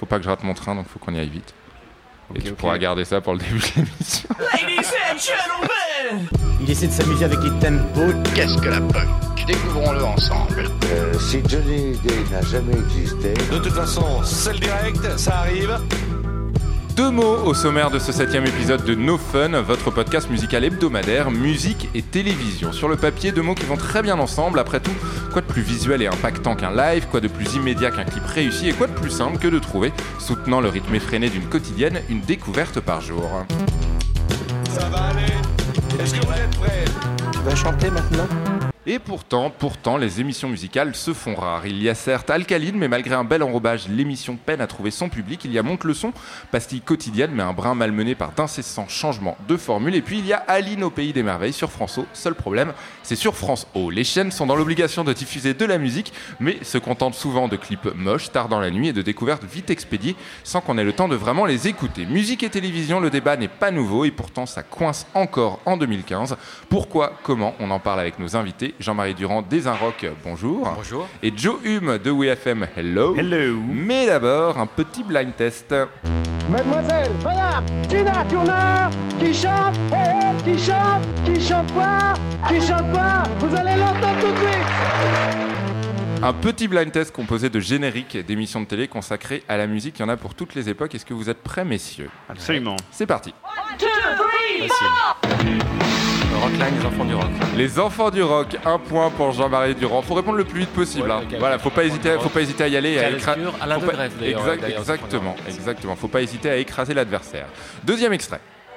faut pas que je rate mon train, donc faut qu'on y aille vite. Et tu pourras garder ça pour le début de l'émission. Ladies and gentlemen, Il essaie de s'amuser avec les tempos. Qu'est-ce que la punk? Découvrons-le ensemble. Si Johnny Day n'a jamais existé... De toute façon, c'est le direct, ça arrive. 2 mots au sommaire de ce 7e épisode de No Fun, votre podcast musical hebdomadaire, musique et télévision. Sur le papier, 2 mots qui vont très bien ensemble. Après tout, quoi de plus visuel et impactant qu'un live, quoi de plus immédiat qu'un clip réussi, et quoi de plus simple que de trouver, soutenant le rythme effréné d'une quotidienne, une découverte par jour. Ça va aller. Est-ce que vous êtes prêts? Tu vas chanter maintenant? Et pourtant, les émissions musicales se font rares. Il y a certes Alcaline, mais malgré un bel enrobage, l'émission peine à trouver son public. Il y a Monte le son, pastille quotidienne, mais un brin malmené par d'incessants changements de formule. Et puis il y a Aline au pays des merveilles sur France O. Seul problème, c'est sur France O. Les chaînes sont dans l'obligation de diffuser de la musique, mais se contentent souvent de clips moches, tard dans la nuit, et de découvertes vite expédiées, sans qu'on ait le temps de vraiment les écouter. Musique et télévision, le débat n'est pas nouveau, et pourtant ça coince encore en 2015. Pourquoi, comment, on en parle avec nos invités. Jean-Marie Durand des Rock, bonjour. Bonjour. Et Joe Hume de WeFM, hello. Hello. Mais d'abord, un petit blind test. Mademoiselle, madame, Tina Turner, qui chante, qui chante, qui chante pas, vous allez l'entendre tout de suite. Un petit blind test composé de génériques d'émissions de télé consacrées à la musique. Il y en a pour toutes les époques. Est-ce que vous êtes prêts, messieurs? Absolument. C'est parti. 1, 2, 3, 4. Rockline, les enfants du rock. Les enfants du rock, 1 point pour Jean-Marie Durand. Faut répondre le plus vite possible. Ouais, hein. okay, Voilà, faut pas hésiter à y aller et à écraser. Alain de Grève, Exactement. Faut pas hésiter à écraser l'adversaire. Deuxième extrait.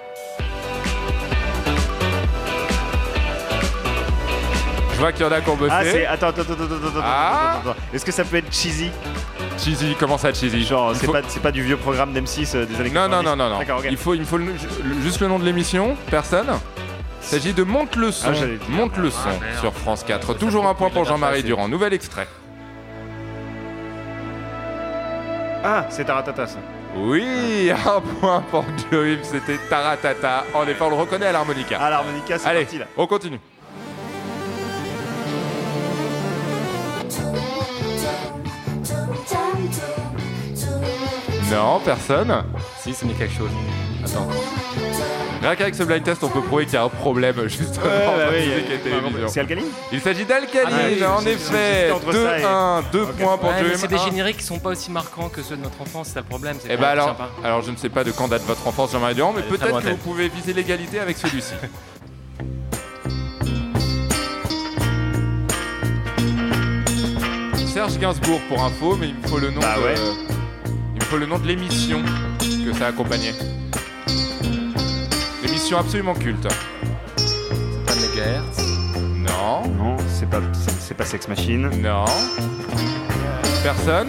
Je vois qu'il y en a qui ont bossé. Ah, c'est... Attends. Ah. Est-ce que ça peut être cheesy? Cheesy, comment ça, cheesy? Genre, c'est pas du vieux programme d'M6 des années 90. Non. D'accord, ok. Il faut juste le nom de l'émission. Personne. Il s'agit de Monte le son. Monte le son sur France 4. Toujours 1 point pour Jean-Marie Durand. Nouvel extrait. Ah, c'est Taratata, ça. Oui, 1 point pour Joe Hume. C'était Taratata. En effet, on le reconnaît à l'harmonica. Ah, l'harmonica, c'est Allez, parti, là. on continue. Non, personne. Si, ça me dit quelque chose. Attends. Rien qu'avec ce blind test, on peut prouver qu'il y a un problème justement dans la musique et télévision. C'est Alcaline? Il s'agit d'Alcaline, en effet. 2-1, 2 points pour Ouais, Joe mais Hume. c'est des génériques qui sont pas aussi marquants que ceux de notre enfance, c'est ça le problème. Eh ben alors je ne sais pas de quand date votre enfance, Jean-Marie Durand, mais peut-être que lointaine. vous pouvez viser l'égalité avec celui-ci. Serge Gainsbourg pour info, mais il me faut le nom il me faut le nom de l'émission que ça accompagnait. L'émission absolument culte. Pas Megahertz. Non. Non, c'est pas Sex Machine. Non. Personne.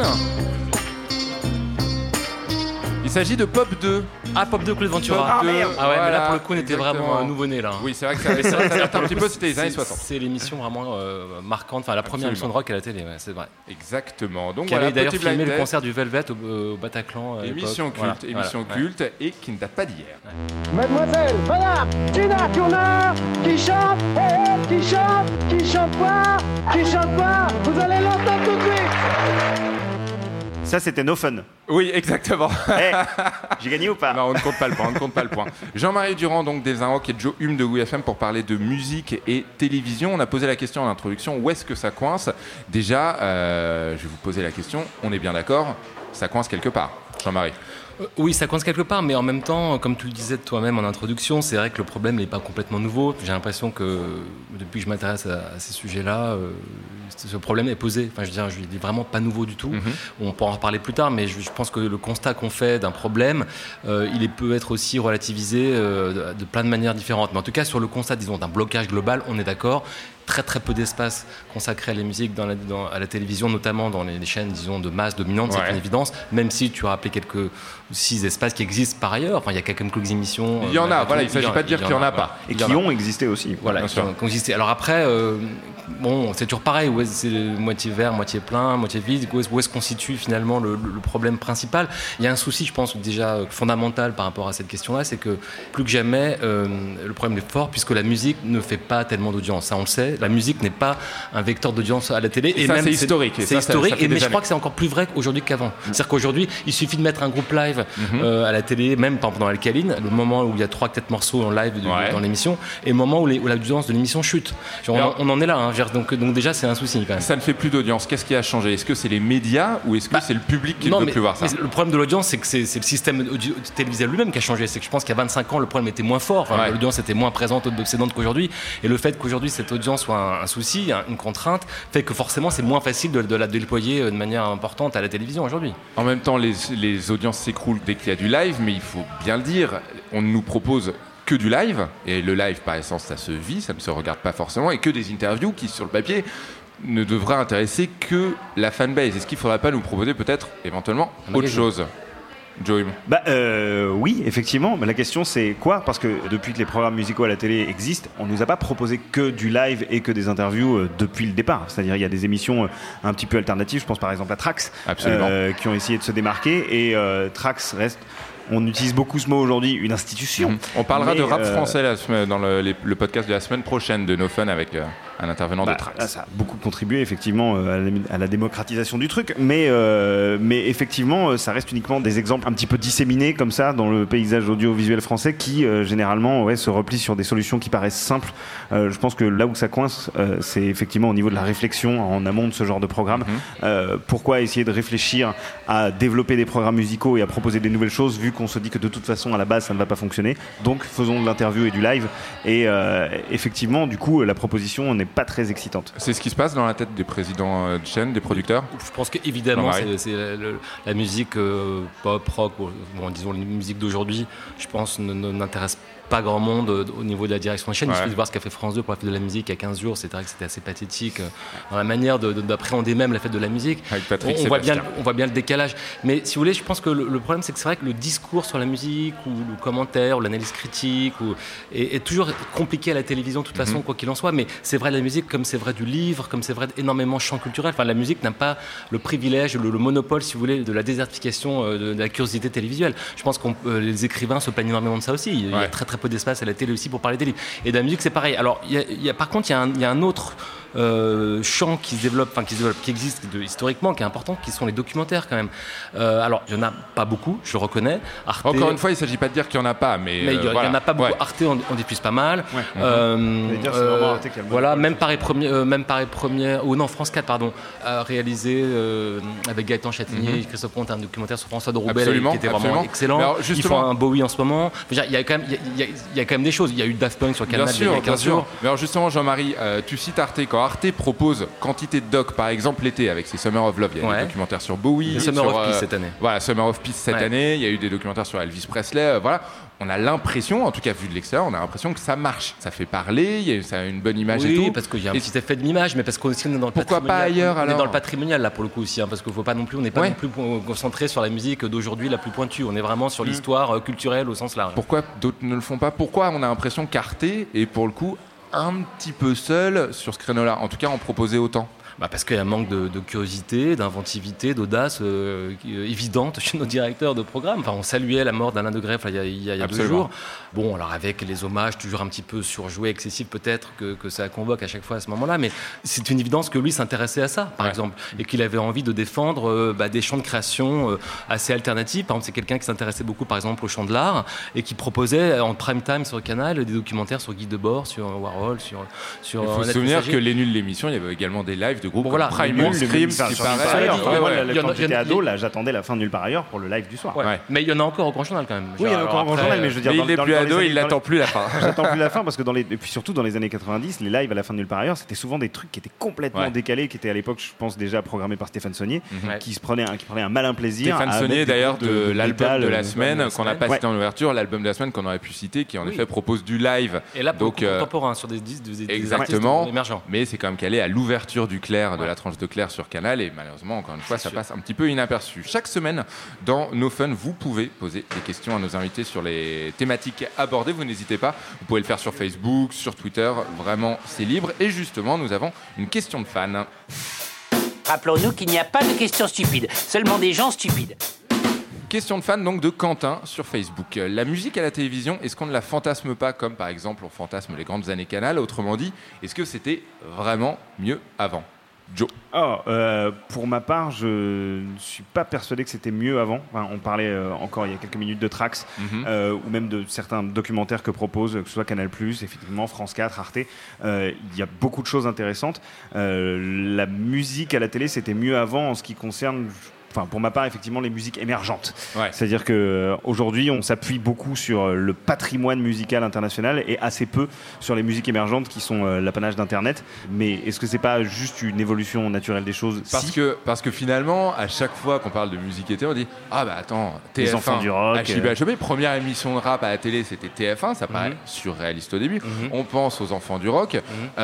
Il s'agit de Pop 2. Ah, Pop 2, Claude Ventura. Pop 2, Ah ouais, mais voilà, là pour le coup, on était exactement. vraiment nouveau-né là. Oui, c'est vrai que ça date un petit peu, c'était les années 60. C'est l'émission vraiment marquante, enfin la première émission de rock à la télé, ouais, c'est vrai. Exactement. Donc Qui avait d'ailleurs petit filmé blind le test. concert du Velvet au Bataclan. Émission culte et qui ne date pas d'hier. Mademoiselle, madame, Tina Turner, qui chante, qui chante pas, vous allez l'entendre tout de suite. Ça, c'était No Fun. Oui, exactement. Hey, j'ai gagné ou pas? Non, on ne compte pas le point. Jean-Marie Durand, donc des Rock, et Joe Hume de WeFM pour parler de musique et télévision. On a posé la question en introduction, où est-ce que ça coince? Déjà, je vais vous poser la question, on est bien d'accord, ça coince quelque part. Jean-Marie. Oui, ça coince quelque part, mais en même temps, comme tu le disais toi-même en introduction, c'est vrai que le problème n'est pas complètement nouveau. J'ai l'impression que depuis que je m'intéresse à ces sujets-là, ce problème est posé. Enfin, je veux dire, il n'est vraiment pas nouveau du tout. On pourra en reparler plus tard, mais je pense que le constat qu'on fait d'un problème, il peut être aussi relativisé de plein de manières différentes. Mais en tout cas, sur le constat, disons, d'un blocage global, on est d'accord. Très très peu d'espace consacré à la musique à la télévision, notamment dans les chaînes, disons, de masse dominante, c'est une évidence, même si tu as rappelé quelques 6 espaces qui existent par ailleurs. Enfin, il y a quand même quelques émissions. Il y en a, voilà, il ne s'agit pas de dire qu'il n'y en a pas. Et qui ont existé aussi. Voilà, qui ont existé. Alors après, bon, c'est toujours pareil, où c'est moitié vert, moitié plein, moitié vide, où est-ce qu'on situe finalement le problème principal. Il y a un souci, je pense, déjà fondamental par rapport à cette question-là, c'est que plus que jamais, le problème est fort, puisque la musique ne fait pas tellement d'audience. Ça, on le sait. La musique n'est pas un vecteur d'audience à la télé. Et ça, même, c'est historique. C'est historique, mais je crois que c'est encore plus vrai aujourd'hui qu'avant. C'est-à-dire qu'aujourd'hui, il suffit de mettre un groupe live à la télé, même pendant Alcaline, le moment où il y a 3-4 morceaux en live dans l'émission, et le moment où l'audience de l'émission chute. Genre, on en est là. Hein, donc déjà, c'est un souci quand même. Ça ne fait plus d'audience. Qu'est-ce qui a changé ? Est-ce que c'est les médias ou est-ce que c'est le public qui ne veut plus voir ça ? Le problème de l'audience, c'est que c'est le système télévisuel lui-même qui a changé. C'est que je pense qu'il y a 25 ans, le problème était moins fort. Enfin, l'audience était moins présente, obsédante qu'aujourd'hui. Et le fait qu'aujourd'hui, cette audience soit un souci, une contrainte, fait que forcément, c'est moins facile de la déployer de manière importante à la télévision aujourd'hui. En même temps, les audiences s'écroulent dès qu'il y a du live, mais il faut bien le dire, on nous propose que du live, et le live, par essence, ça se vit, ça ne se regarde pas forcément, et que des interviews qui, sur le papier, ne devraient intéresser que la fanbase. Est-ce qu'il ne faudrait pas nous proposer peut-être, éventuellement, autre chose ? Joim. Oui, effectivement. Mais la question, c'est quoi ? Parce que depuis que les programmes musicaux à la télé existent, on ne nous a pas proposé que du live et que des interviews depuis le départ. C'est-à-dire, il y a des émissions un petit peu alternatives. Je pense par exemple à Trax, qui ont essayé de se démarquer. Et Trax reste... On utilise beaucoup ce mot aujourd'hui, une institution. On parlera de rap français dans le podcast de la semaine prochaine de No Fun avec un intervenant de Trax. Ça a beaucoup contribué effectivement à la démocratisation du truc, mais effectivement ça reste uniquement des exemples un petit peu disséminés comme ça dans le paysage audiovisuel français qui généralement se replient sur des solutions qui paraissent simples. Je pense que là où ça coince, c'est effectivement au niveau de la réflexion en amont de ce genre de programme. Pourquoi essayer de réfléchir à développer des programmes musicaux et à proposer des nouvelles choses vu qu'on se dit que de toute façon à la base ça ne va pas fonctionner, donc faisons de l'interview et du live, et effectivement du coup la proposition n'est pas très excitante. C'est ce qui se passe dans la tête des présidents de chaîne, des producteurs ? Je pense qu'évidemment c'est la musique pop, rock, disons la musique d'aujourd'hui, je pense n'intéresse pas grand monde au niveau de la direction de chaîne. Il suffit de voir ce qu'a fait France 2 pour la fête de la musique il y a 15 jours. C'était assez pathétique dans la manière d'appréhender même la fête de la musique. On voit bien le décalage. Mais si vous voulez, je pense que le problème, c'est que c'est vrai que le discours sur la musique ou le commentaire ou l'analyse critique est toujours compliqué à la télévision de toute façon, quoi qu'il en soit. Mais c'est vrai de la musique comme c'est vrai du livre, comme c'est vrai d'énormément de champs culturels. Enfin, la musique n'a pas le privilège, le monopole, si vous voulez, de la désertification de la curiosité télévisuelle. Je pense que les écrivains se plaignent énormément de ça aussi. Il y a très peu d'espace à la télé aussi pour parler des livres. Et de la musique, c'est pareil. Alors, par contre, il y a un autre champ qui existe historiquement, qui est important, qui sont les documentaires quand même. Alors, il n'y en a pas beaucoup, je le reconnais. Arte, encore une fois, il ne s'agit pas de dire qu'il n'y en a pas, mais il n'y en a pas beaucoup. Arte, on diffuse pas mal. Voilà, même Paris Première, ou non, France 4, pardon, a réalisé avec Gaëtan Châtaignier et Christophe Comte un documentaire sur François de Roubaix qui était vraiment excellent. Alors, ils font un Bowie en ce moment. Il y a quand même des choses. Il y a eu Daft Punk sur Canal il y a 15 jours. Mais alors justement, Jean-Marie, tu cites Arte. Quand Arte propose quantité de docs, par exemple l'été avec ses Summer of Love, il y a des documentaires sur Bowie, Summer of Peace cette année. Voilà, Summer of Peace cette année. Il y a eu des documentaires sur Elvis Presley. Voilà. On a l'impression, en tout cas vu de l'extérieur, on a l'impression que ça marche. Ça fait parler, ça a une bonne image et tout. Oui, parce qu'il y a un petit effet de l'image, mais parce qu'aussi on est dans le patrimonial. Pourquoi pas ailleurs alors ? On est dans le patrimonial là pour le coup aussi, parce qu'il faut pas non plus, on n'est pas non plus concentré sur la musique d'aujourd'hui la plus pointue. On est vraiment sur l'histoire culturelle au sens large. Pourquoi d'autres ne le font pas ? Pourquoi on a l'impression qu'Arte est pour le coup un petit peu seul sur ce créneau-là ? En tout cas, en proposer autant. Parce qu'il y a un manque de curiosité, d'inventivité, d'audace évidente chez nos directeurs de programme. Enfin, on saluait la mort d'Alain de Greff il y a 2 jours. Bon, alors avec les hommages toujours un petit peu surjoués, excessifs peut-être, que ça convoque à chaque fois à ce moment-là, mais c'est une évidence que lui s'intéressait à ça, par exemple, et qu'il avait envie de défendre des champs de création assez alternatifs. Par exemple, c'est quelqu'un qui s'intéressait beaucoup, par exemple, au champ de l'art, et qui proposait en prime time sur le canal des documentaires sur Guy Debord, sur Warhol, sur il faut se souvenir que les nuls de l'émission, il y avait également des lives de groupes comme Primal Scream, quand j'étais ado, là, j'attendais la fin de Nulle part ailleurs pour le live du soir. Mais il y en a encore au Grand Journal quand même. Oui, il y en a encore au Grand Journal, mais je veux dire, il n'est plus ado, il n'attend plus la fin. J'attends plus la fin parce que et puis surtout dans les années 90, les lives à la fin de Nulle part ailleurs, c'était souvent des trucs qui étaient complètement décalés, qui étaient à l'époque, je pense, déjà programmés par Stéphane Saunier, qui prenait un malin plaisir. Stéphane Saunier, d'ailleurs, de l'album de la semaine qu'on n'a pas cité en ouverture, l'album de la semaine qu'on aurait pu citer, qui en effet propose du live. Et là, contemporain sur des artistes émergents. Mais c'est quand même calé à l'ouverture du Clair Claire, de la tranche de Claire sur Canal, et malheureusement, encore une fois, ça passe un petit peu inaperçu. Chaque semaine, dans No Fun, vous pouvez poser des questions à nos invités sur les thématiques abordées. Vous n'hésitez pas, vous pouvez le faire sur Facebook, sur Twitter, vraiment, c'est libre. Et justement, nous avons une question de fan. Rappelons-nous qu'il n'y a pas de questions stupides, seulement des gens stupides. Question de fan donc de Quentin sur Facebook. La musique à la télévision, est-ce qu'on ne la fantasme pas comme par exemple on fantasme les grandes années Canal? Autrement dit, est-ce que c'était vraiment mieux avant? Joe. Pour ma part, je ne suis pas persuadé que c'était mieux avant. Enfin, on parlait encore il y a quelques minutes de Trax, ou même de certains documentaires que propose, que ce soit Canal+, effectivement, France 4, Arte. Il y a beaucoup de choses intéressantes. La musique à la télé, c'était mieux avant en ce qui concerne... Enfin, pour ma part, effectivement, les musiques émergentes. Ouais. C'est-à-dire qu'aujourd'hui, on s'appuie beaucoup sur le patrimoine musical international et assez peu sur les musiques émergentes qui sont l'apanage d'Internet. Mais est-ce que c'est pas juste une évolution naturelle des choses? Parce que finalement, à chaque fois qu'on parle de musique été, on dit ah bah attends, TF1, les enfants du rock, HB, première émission de rap à la télé, c'était TF1, ça paraît surréaliste au début. On pense aux enfants du rock.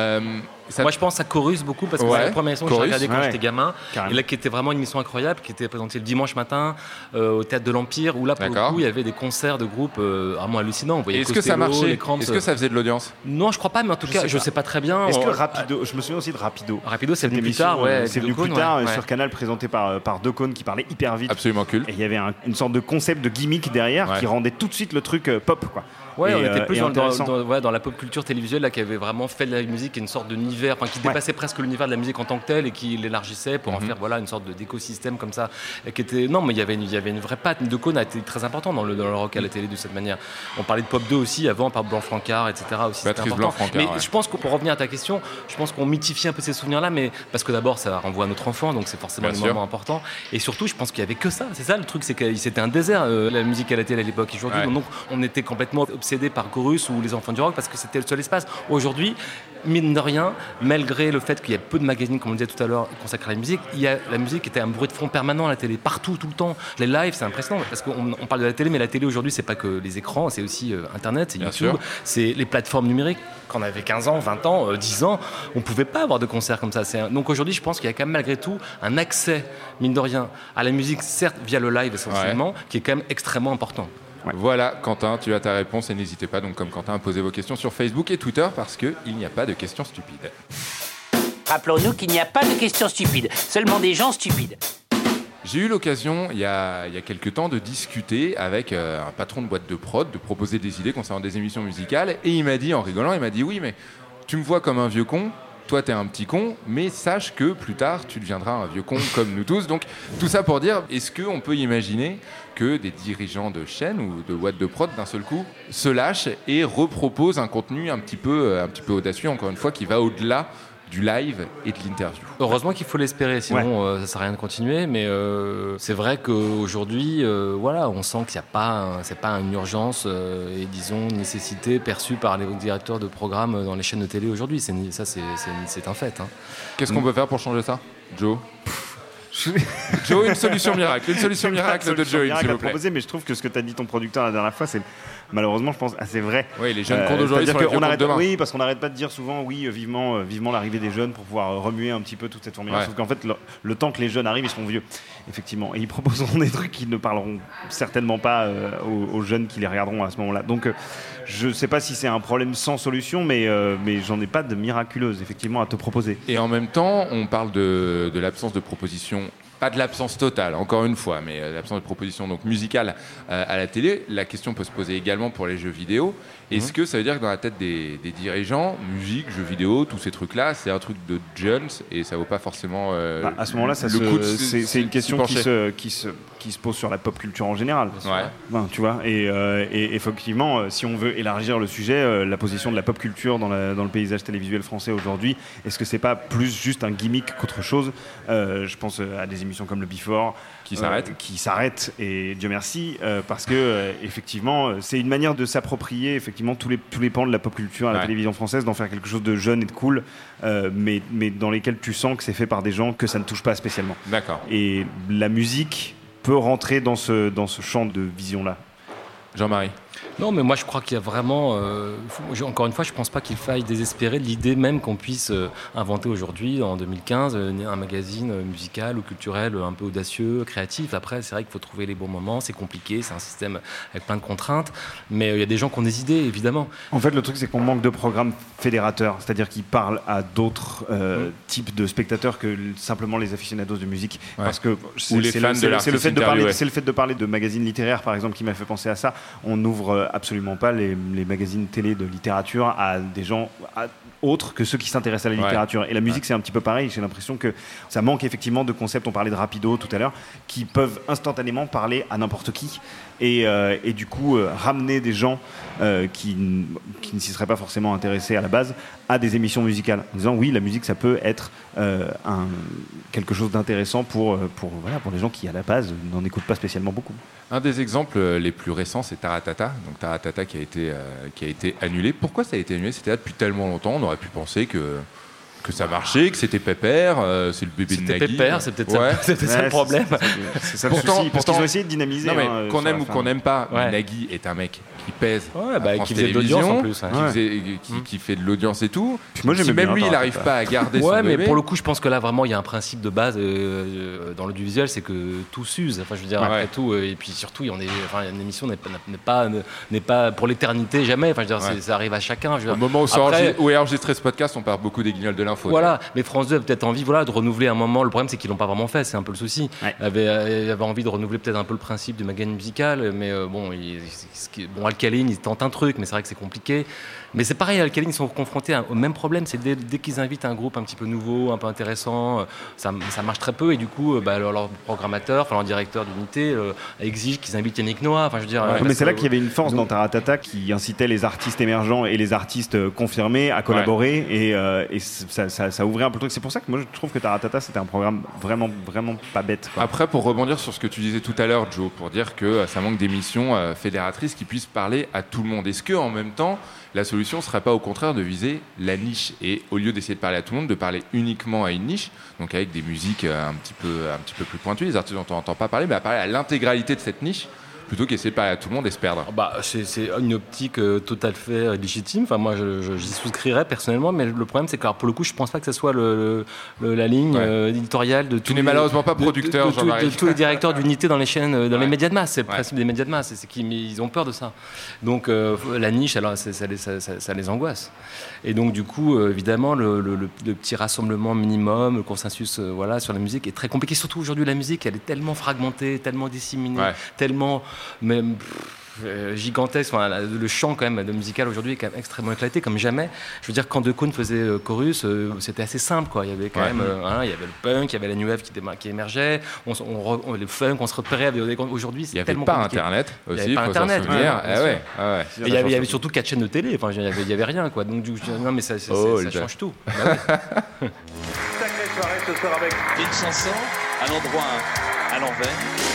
Moi, je pense à Chorus beaucoup parce que c'est la première émission que j'ai regardée quand j'étais gamin. Carrément. Et là, qui était vraiment une émission incroyable, qui était présentée le dimanche matin au Théâtre de l'Empire, où là, pour le coup, il y avait des concerts de groupes vraiment hallucinants. On voyait Est-ce que ça marchait? Est-ce que ça faisait de l'audience? Non, je crois pas, mais en tout cas, je sais pas très bien. Est-ce que Rapido, je me souviens aussi de Rapido. Rapido, c'est venu plus tard, c'est venu plus tard sur Canal, présenté par Decaune qui parlait hyper vite. Absolument culte. Et il y avait une sorte de concept de gimmick derrière qui rendait tout de suite le truc pop, quoi. Ouais, on était plus dans la pop culture télévisuelle là, qui avait vraiment fait de la musique une sorte d'univers, qui dépassait presque l'univers de la musique en tant que tel et qui l'élargissait pour en faire une sorte d'écosystème comme ça. Qui était... Non, mais il y avait une vraie patte. Decaune a été très important dans le rock à la télé de cette manière. On parlait de Pop 2 aussi avant, par Blanc-Francard, etc. aussi. Patrice Blanc-Francard. Mais je pense que pour revenir à ta question, je pense qu'on mythifie un peu ces souvenirs-là, mais parce que d'abord ça renvoie à notre enfant, donc c'est forcément un moment important. Et surtout, je pense qu'il y avait que ça. C'est ça le truc, c'est que c'était un désert la musique à la télé à l'époque. Aujourd'hui, donc on était complètement obsédé par Chorus ou les enfants du rock parce que c'était le seul espace. Aujourd'hui, mine de rien, malgré le fait qu'il y a peu de magazines, comme on le disait tout à l'heure, consacrés à la musique, la musique était un bruit de fond permanent à la télé, partout, tout le temps. Les lives, c'est impressionnant parce qu'on parle de la télé, mais la télé aujourd'hui, c'est pas que les écrans, c'est aussi Internet, c'est YouTube, c'est les plateformes numériques. Quand on avait 15 ans, 20 ans, 10 ans, on pouvait pas avoir de concerts comme ça. Donc aujourd'hui, je pense qu'il y a quand même malgré tout un accès, mine de rien, à la musique, certes via le live essentiellement, qui est quand même extrêmement important. Ouais. Voilà, Quentin, tu as ta réponse et n'hésitez pas, donc comme Quentin, à poser vos questions sur Facebook et Twitter parce qu'il n'y a pas de questions stupides. Rappelons-nous qu'il n'y a pas de questions stupides, seulement des gens stupides. J'ai eu l'occasion, il y a quelques temps, de discuter avec un patron de boîte de prod, de proposer des idées concernant des émissions musicales, et il m'a dit, en rigolant, oui, mais tu me vois comme un vieux con, toi t'es un petit con, mais sache que plus tard tu deviendras un vieux con comme nous tous. Donc tout ça pour dire, est-ce qu'on peut imaginer que des dirigeants de chaînes ou de boîtes de prod d'un seul coup se lâchent et reproposent un contenu un petit peu audacieux, encore une fois, qui va au-delà du live et de l'interview? Heureusement qu'il faut l'espérer, sinon ça sert à rien de continuer. Mais c'est vrai qu'aujourd'hui, on sent qu'il n'y a pas, c'est pas une urgence et disons une nécessité perçue par les directeurs de programmes dans les chaînes de télé aujourd'hui. C'est un fait. Hein. Qu'est-ce qu'on peut faire pour changer ça, Joe? Joe, une solution miracle de Joe, s'il vous plaît. Proposer, mais je trouve que ce que t'as dit ton producteur la dernière fois, c'est malheureusement, je pense, assez vrai. Oui, les jeunes cons d'aujourd'hui sont les vieux cons de demain. Oui, parce qu'on n'arrête pas de dire souvent, vivement l'arrivée des jeunes pour pouvoir remuer un petit peu toute cette formule. Sauf qu'en fait, le temps que les jeunes arrivent, ils seront vieux, effectivement. Et ils proposeront des trucs qui ne parleront certainement pas aux jeunes qui les regarderont à ce moment-là. Donc, je ne sais pas si c'est un problème sans solution, mais j'en ai pas de miraculeuse, effectivement, à te proposer. Et en même temps, on parle de l'absence de propositions. Pas de l'absence totale, encore une fois, mais l'absence de proposition donc musicale à la télé. La question peut se poser également pour les jeux vidéo. Est-ce que ça veut dire que dans la tête des dirigeants, musique, jeux vidéo, tous ces trucs-là, c'est un truc de jeunes et ça vaut pas forcément à ce moment-là, c'est une question qui se pose sur la pop culture en général. Tu vois, et effectivement, si on veut élargir le sujet, la position de la pop culture dans le paysage télévisuel français aujourd'hui, est-ce que c'est pas plus juste un gimmick qu'autre chose? Je pense à des émissions comme le Before qui s'arrêtent et Dieu merci parce que effectivement c'est une manière de s'approprier effectivement tous les pans de la pop culture à la télévision française, d'en faire quelque chose de jeune et de cool, mais dans lesquels tu sens que c'est fait par des gens que ça ne touche pas spécialement. D'accord. Et la musique peut rentrer dans ce champ de vision là. Jean-Marie. Non, mais moi je crois qu'il y a vraiment. Encore une fois, je ne pense pas qu'il faille désespérer de l'idée même qu'on puisse inventer aujourd'hui, en 2015, un magazine musical ou culturel un peu audacieux, créatif. Après, c'est vrai qu'il faut trouver les bons moments, c'est compliqué, c'est un système avec plein de contraintes, mais il y a des gens qui ont des idées, évidemment. En fait, le truc, c'est qu'on manque de programmes fédérateurs, c'est-à-dire qui parlent à d'autres types de spectateurs que simplement les aficionados de musique. Ouais. Parce que Ou les fans de l'artiste interviewé. c'est le fait de parler de magazines littéraires, par exemple, qui m'a fait penser à ça. On n'ouvre absolument pas les magazines télé de littérature à des gens autres que ceux qui s'intéressent à la littérature. Et la musique, c'est un petit peu pareil. J'ai l'impression que ça manque effectivement de concepts. On parlait de Rapido tout à l'heure, qui peuvent instantanément parler à n'importe qui. Et du coup, ramener des gens qui ne s'y seraient pas forcément intéressés à la base à des émissions musicales. En disant, oui, la musique, ça peut être quelque chose d'intéressant pour les gens qui, à la base, n'en écoutent pas spécialement beaucoup. Un des exemples les plus récents, c'est Taratata. Donc Taratata qui a été annulé. Pourquoi ça a été annulé ? C'était là depuis tellement longtemps. On aurait pu penser que ça marchait, que c'était pépère, c'est le bébé de Nagui. C'était pépère, c'est peut-être ça le problème. C'est ça le souci, parce qu'ils ont essayé de dynamiser. Non, mais qu'on aime ou qu'on n'aime pas, Nagui est un mec qui pèse, qui faisait de l'audience en plus, qui fait de l'audience et tout. Moi, si même lui, il n'arrive pas à garder son bébé. Mais pour le coup, je pense que là, vraiment, il y a un principe de base dans l'audiovisuel, c'est que tout s'use. Enfin, je veux dire, après tout, et puis surtout, une émission n'est pas pour l'éternité jamais. Enfin, je veux dire, ça arrive à chacun. Au moment où est enregistré ce podcast, on parle beaucoup des Guignols de l'info. Voilà, mais France 2 avait peut-être envie de renouveler un moment. Le problème, c'est qu'ils l'ont pas vraiment fait, c'est un peu le souci. Il avait envie de renouveler peut-être un peu le principe du magazine musical, mais Alcaline, ils tentent un truc, mais c'est vrai que c'est compliqué. Mais c'est pareil, Alcaline, ils sont confrontés au même problème, c'est dès qu'ils invitent un groupe un petit peu nouveau, un peu intéressant, ça marche très peu, et du coup, leur programmateur, leur directeur d'unité exige qu'ils invitent Yannick Noah. Enfin, je veux dire, mais c'est là qu'il y avait une force dans Taratata qui incitait les artistes émergents et les artistes confirmés à collaborer, et ça ouvrait un peu le truc. C'est pour ça que moi, je trouve que Taratata, c'était un programme vraiment, vraiment pas bête, quoi. Après, pour rebondir sur ce que tu disais tout à l'heure, Joe, pour dire que ça manque d'émissions fédératrices qui puissent parler à tout le monde. Est-ce que en même temps, la solution ne serait pas au contraire de viser la niche et au lieu d'essayer de parler à tout le monde, de parler uniquement à une niche, donc avec des musiques un petit peu plus pointues, les artistes dont on n'entend pas parler, mais à parler à l'intégralité de cette niche, plutôt qu'essayer de parler à tout le monde et se perdre. C'est une optique tout à fait légitime. Enfin, moi, j'y souscrirais personnellement, mais le problème, c'est que pour le coup, je ne pense pas que ce soit la ligne éditoriale de tous. Tu n'es malheureusement pas producteur, Jean-Marie. De tous les directeurs d'unité dans les chaînes, dans les médias de masse. C'est le principe des médias de masse. Ils ont peur de ça. Donc, la niche, alors, ça les angoisse. Et donc, du coup, évidemment, le petit rassemblement minimum, le consensus sur la musique est très compliqué. Surtout aujourd'hui, la musique, elle est tellement fragmentée, tellement disséminée, tellement même gigantesque. Enfin, le champ quand même de musical aujourd'hui est quand même extrêmement éclaté comme jamais. Je veux dire, quand Decaune faisait Chorus, c'était assez simple, quoi. Il y avait quand même, il y avait le punk, il y avait la new wave qui émergeait. Le funk, on se repérait. Aujourd'hui, c'est tellement compliqué. Il n'y avait pas Internet aussi. Il n'y avait pas Internet. Il y avait surtout 4 chaînes de télé. Enfin, il n'y avait rien, quoi. Donc, non, mais ça change tout. Sacrée soirée ce soir avec Une chanson, à l'endroit, à l'envers.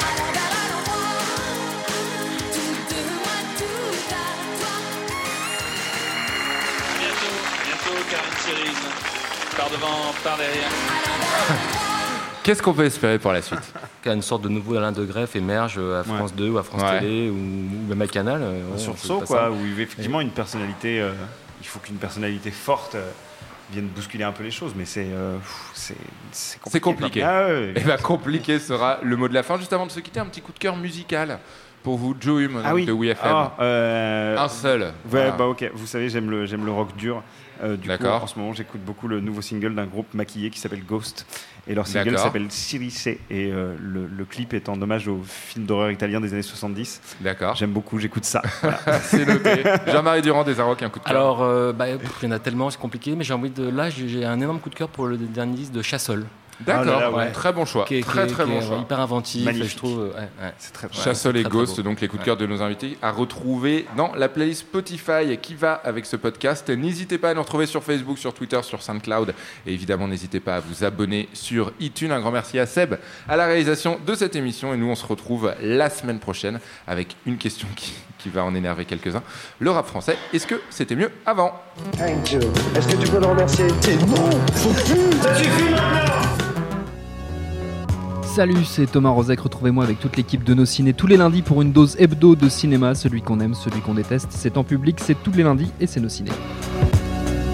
Karine Thierry, par devant, par derrière. Qu'est-ce qu'on peut espérer pour la suite ? Qu'une sorte de nouveau Alain de Greff émerge à France 2 ou à France Télé ou même à Canal. Sursaut, quoi, où effectivement une personnalité, il faut qu'une personnalité forte vienne bousculer un peu les choses, mais c'est compliqué. C'est compliqué. Et bien, compliqué sera le mot de la fin. Juste avant de se quitter, un petit coup de cœur musical. Pour vous, Joe Hume de WeFM. Un seul. Ouais, ok. Vous savez, j'aime le rock dur. Du coup, en ce moment, j'écoute beaucoup le nouveau single d'un groupe maquillé qui s'appelle Ghost. Et leur single s'appelle Sirice. Et le clip est en hommage au film d'horreur italien des années 70. D'accord. J'aime beaucoup, j'écoute ça. Voilà. C'est noté. Jean-Marie Durand des Arocs, un coup de cœur. Alors, il y en a tellement, c'est compliqué, mais j'ai un énorme coup de cœur pour le dernier disque de Chassol. D'accord, très bon choix. Très bon choix. Hyper inventif, magnifique. Je trouve. C'est très Chassol et Ghost, donc les coups de cœur de nos invités, à retrouver dans la playlist Spotify qui va avec ce podcast. N'hésitez pas à nous retrouver sur Facebook, sur Twitter, sur SoundCloud. Et évidemment, n'hésitez pas à vous abonner sur iTunes. Un grand merci à Seb à la réalisation de cette émission. Et nous, on se retrouve la semaine prochaine avec une question qui va en énerver quelques-uns. Le rap français, est-ce que c'était mieux avant ? Thank you. Est-ce que tu peux le remercier ? C'est non, faut plus. Ça suffit maintenant. Salut, c'est Thomas Rozek, retrouvez-moi avec toute l'équipe de Nos Ciné tous les lundis pour une dose hebdo de cinéma, celui qu'on aime, celui qu'on déteste, c'est en public, c'est tous les lundis et c'est Nos Ciné.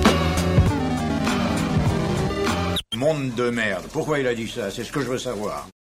Monde de merde, pourquoi il a dit ça? C'est ce que je veux savoir.